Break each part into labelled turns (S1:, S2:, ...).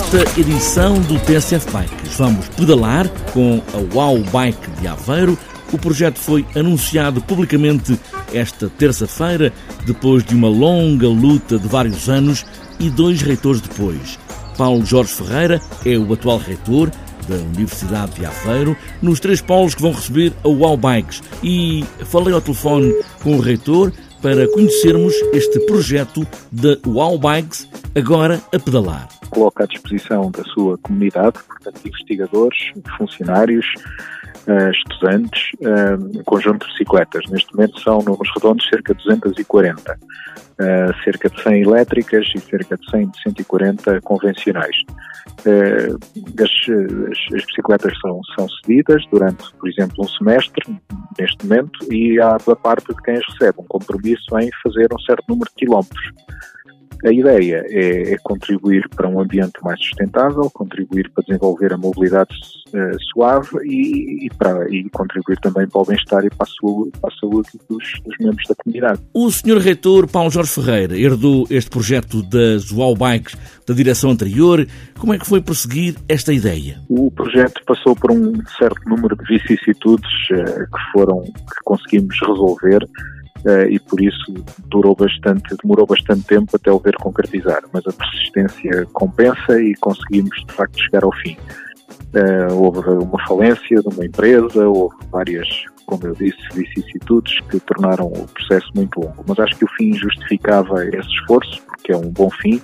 S1: nesta edição do TSF Bikes. Vamos pedalar com a Wow Bike de Aveiro. O projeto foi anunciado publicamente esta terça-feira, depois de uma longa luta de vários anos e 2 reitores depois. Paulo Jorge Ferreira é o atual reitor da Universidade de Aveiro, nos 3 polos que vão receber a Wow Bikes. E falei ao telefone com o reitor para conhecermos este projeto da Wow Bikes, agora a pedalar.
S2: Coloca à disposição da sua comunidade, portanto, investigadores, funcionários, estudantes, um conjunto de bicicletas. Neste momento são, números redondos, cerca de 240. Cerca de 100 elétricas e cerca de 100 de 140 convencionais. As bicicletas são cedidas durante, por exemplo, um semestre, neste momento, e há da parte de quem as recebe um compromisso em fazer um certo número de quilómetros. A ideia é contribuir para um ambiente mais sustentável, contribuir para desenvolver a mobilidade suave e contribuir também para o bem-estar e para a saúde dos membros da comunidade.
S1: O Sr. Reitor Paulo Jorge Ferreira herdou este projeto das Wow Bikes da direção anterior. Como é que foi prosseguir esta ideia?
S2: O projeto passou por um certo número de vicissitudes que conseguimos resolver. E por isso demorou bastante tempo até o ver concretizar, mas a persistência compensa e conseguimos de facto chegar ao fim. Houve uma falência de uma empresa, houve várias, como eu disse, vicissitudes que tornaram o processo muito longo, mas acho que o fim justificava esse esforço, porque é um bom fim.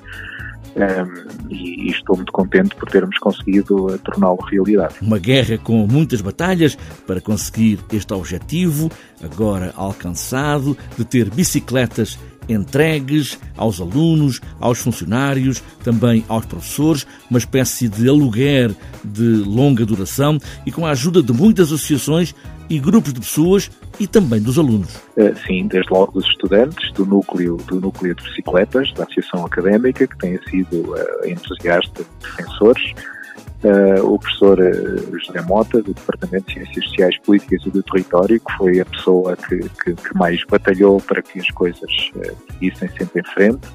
S2: E estou muito contente por termos conseguido torná-lo realidade.
S1: Uma guerra com muitas batalhas para conseguir este objetivo, agora alcançado, de ter bicicletas entregues aos alunos, aos funcionários, também aos professores, uma espécie de aluguer de longa duração e com a ajuda de muitas associações e grupos de pessoas e também dos alunos.
S2: Sim, desde logo dos estudantes, do núcleo de bicicletas, da Associação Académica, que tem sido entusiasta de defensores, o professor José Mota, do Departamento de Ciências Sociais, Políticas e do Território, que foi a pessoa que mais batalhou para que as coisas seguissem sempre em frente.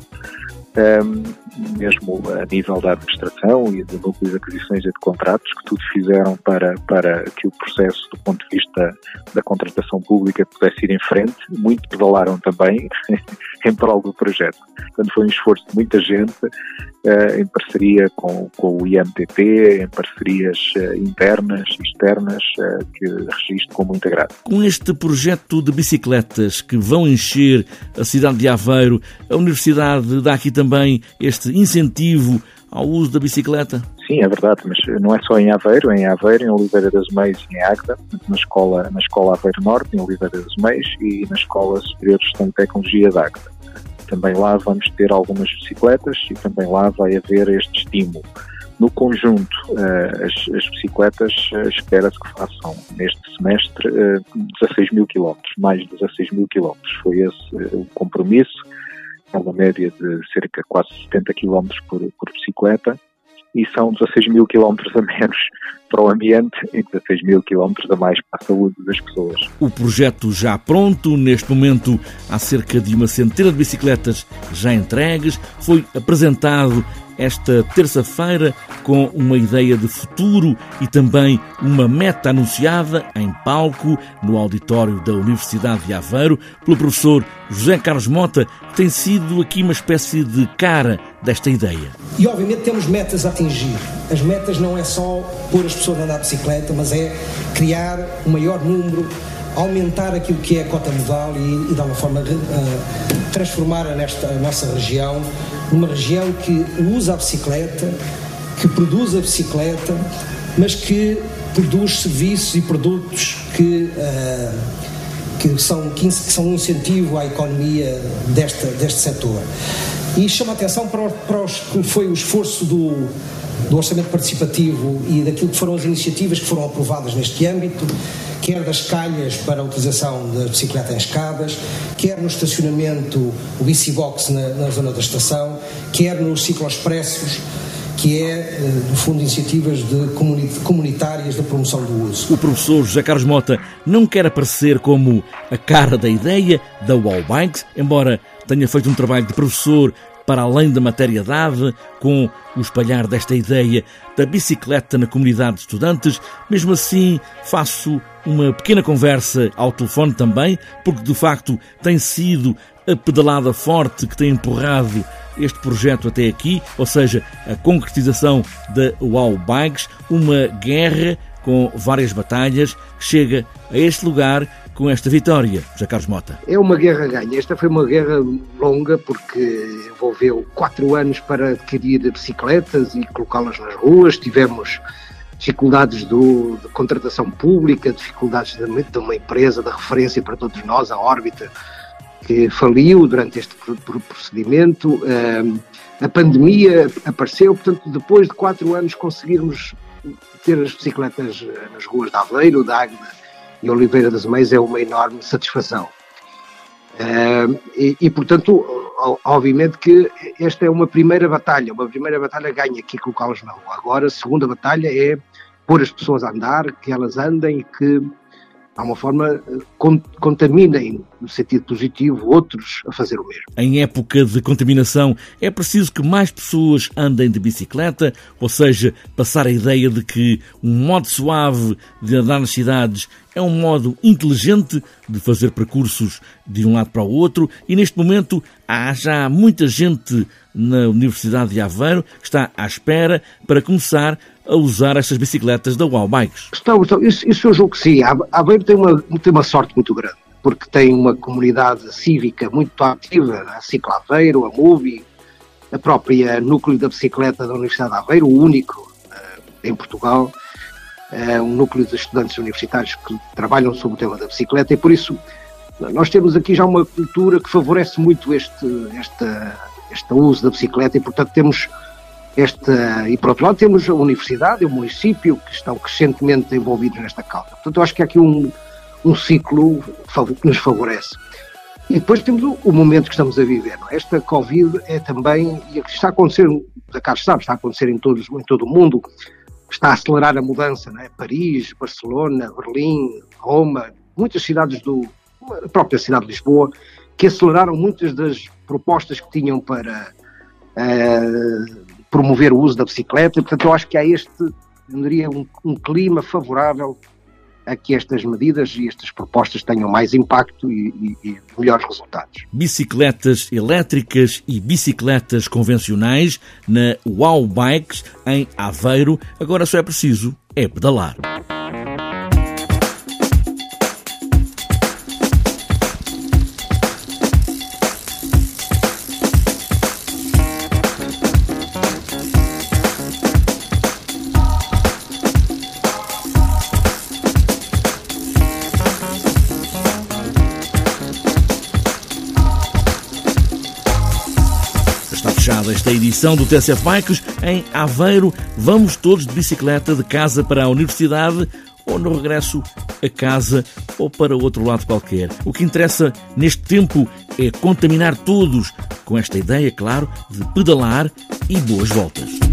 S2: Mesmo a nível da administração e do núcleo de aquisições e de contratos, que tudo fizeram para que o processo, do ponto de vista da contratação pública, pudesse ir em frente. Muito pedalaram também em prol do projeto. Portanto, foi um esforço de muita gente, em parceria com o IMTT, em parcerias internas e externas, que registro com muita graça.
S1: Com este projeto de bicicletas que vão encher a cidade de Aveiro, a Universidade dá aqui também este incentivo ao uso da bicicleta?
S2: Sim, é verdade, mas não é só em Aveiro, em Oliveira das Meias e em Águeda, na escola Aveiro Norte, em Oliveira das Meias, e na Escola Superior de Gestão de Tecnologia de Águeda. Também lá vamos ter algumas bicicletas e também lá vai haver este estímulo. No conjunto, as bicicletas espera-se que façam neste semestre 16 mil quilómetros, mais de 16 mil quilómetros. Foi esse o compromisso, é uma média de cerca de quase 70 quilómetros por bicicleta, e são 16 mil quilómetros a menos para o ambiente e 16 mil quilómetros a mais para a saúde das pessoas.
S1: O projeto já pronto, neste momento há cerca de uma centena de bicicletas já entregues, foi apresentado esta terça-feira com uma ideia de futuro e também uma meta anunciada em palco no auditório da Universidade de Aveiro pelo professor José Carlos Mota, que tem sido aqui uma espécie de cara desta ideia.
S3: E obviamente temos metas a atingir. As metas não é só pôr as pessoas a andar de bicicleta, mas é criar um maior número, aumentar aquilo que é a cota modal e de alguma forma transformar a nossa região numa região que usa a bicicleta, que produz a bicicleta, mas que produz serviços e produtos que são um incentivo à economia deste setor. E chama a atenção para que foi o esforço do orçamento participativo e daquilo que foram as iniciativas que foram aprovadas neste âmbito, quer das calhas para a utilização da bicicleta em escadas, quer no estacionamento, o bicibox na zona da estação, quer nos cicloexpressos, que é, no fundo, iniciativas comunitárias da promoção do uso.
S1: O professor José Carlos Mota não quer aparecer como a cara da ideia da Wow Bikes, embora tenha feito um trabalho de professor para além da matéria dada, com o espalhar desta ideia da bicicleta na comunidade de estudantes. Mesmo assim, faço uma pequena conversa ao telefone também, porque de facto tem sido a pedalada forte que tem empurrado este projeto até aqui, ou seja, a concretização da WOW Bikes, uma guerra com várias batalhas que chega a este lugar com esta vitória. José Carlos Mota.
S4: É uma guerra ganha. Esta foi uma guerra longa porque envolveu 4 anos para adquirir bicicletas e colocá-las nas ruas. Tivemos dificuldades de contratação pública, dificuldades de uma empresa de referência para todos nós, a Órbita, que faliu durante este procedimento. A pandemia apareceu, portanto, depois de 4 anos conseguirmos ter as bicicletas nas ruas de Aveiro, de Águeda e Oliveira das Meias é uma enorme satisfação. Portanto, obviamente que esta é uma primeira batalha ganha aqui colocá-las na rua. Agora, a segunda batalha é pôr as pessoas a andar, que elas andem e que, de alguma forma, contaminem, no sentido positivo, outros a fazer o mesmo.
S1: Em época de contaminação, é preciso que mais pessoas andem de bicicleta, ou seja, passar a ideia de que um modo suave de andar nas cidades é um modo inteligente de fazer percursos de um lado para o outro, e neste momento há já muita gente na Universidade de Aveiro que está à espera para começar a usar estas bicicletas da WOW Bikes.
S4: Isso eu julgo que sim. Aveiro tem uma sorte muito grande, porque tem uma comunidade cívica muito ativa, a Cicla Aveiro, a MUBI, a própria núcleo da bicicleta da Universidade de Aveiro, o único em Portugal, um núcleo de estudantes universitários que trabalham sobre o tema da bicicleta, e por isso nós temos aqui já uma cultura que favorece muito este uso da bicicleta, e portanto temos e por outro lado temos a Universidade e o município que estão crescentemente envolvidos nesta causa. Portanto, eu acho que há aqui um ciclo que nos favorece. E depois temos o momento que estamos a viver. Não é? Esta Covid é também, e está a acontecer, está a acontecer em todo o mundo, está a acelerar a mudança, não é? Paris, Barcelona, Berlim, Roma, muitas cidades a própria cidade de Lisboa, que aceleraram muitas das propostas que tinham para promover o uso da bicicleta, e portanto eu acho que há um clima favorável a que estas medidas e estas propostas tenham mais impacto e melhores resultados.
S1: Bicicletas elétricas e bicicletas convencionais na WOW Bikes em Aveiro. Agora só é preciso pedalar. Está fechada esta edição do TSF Bikes em Aveiro. Vamos todos de bicicleta de casa para a universidade, ou no regresso a casa, ou para outro lado qualquer. O que interessa neste tempo é contaminar todos com esta ideia, claro, de pedalar e boas voltas.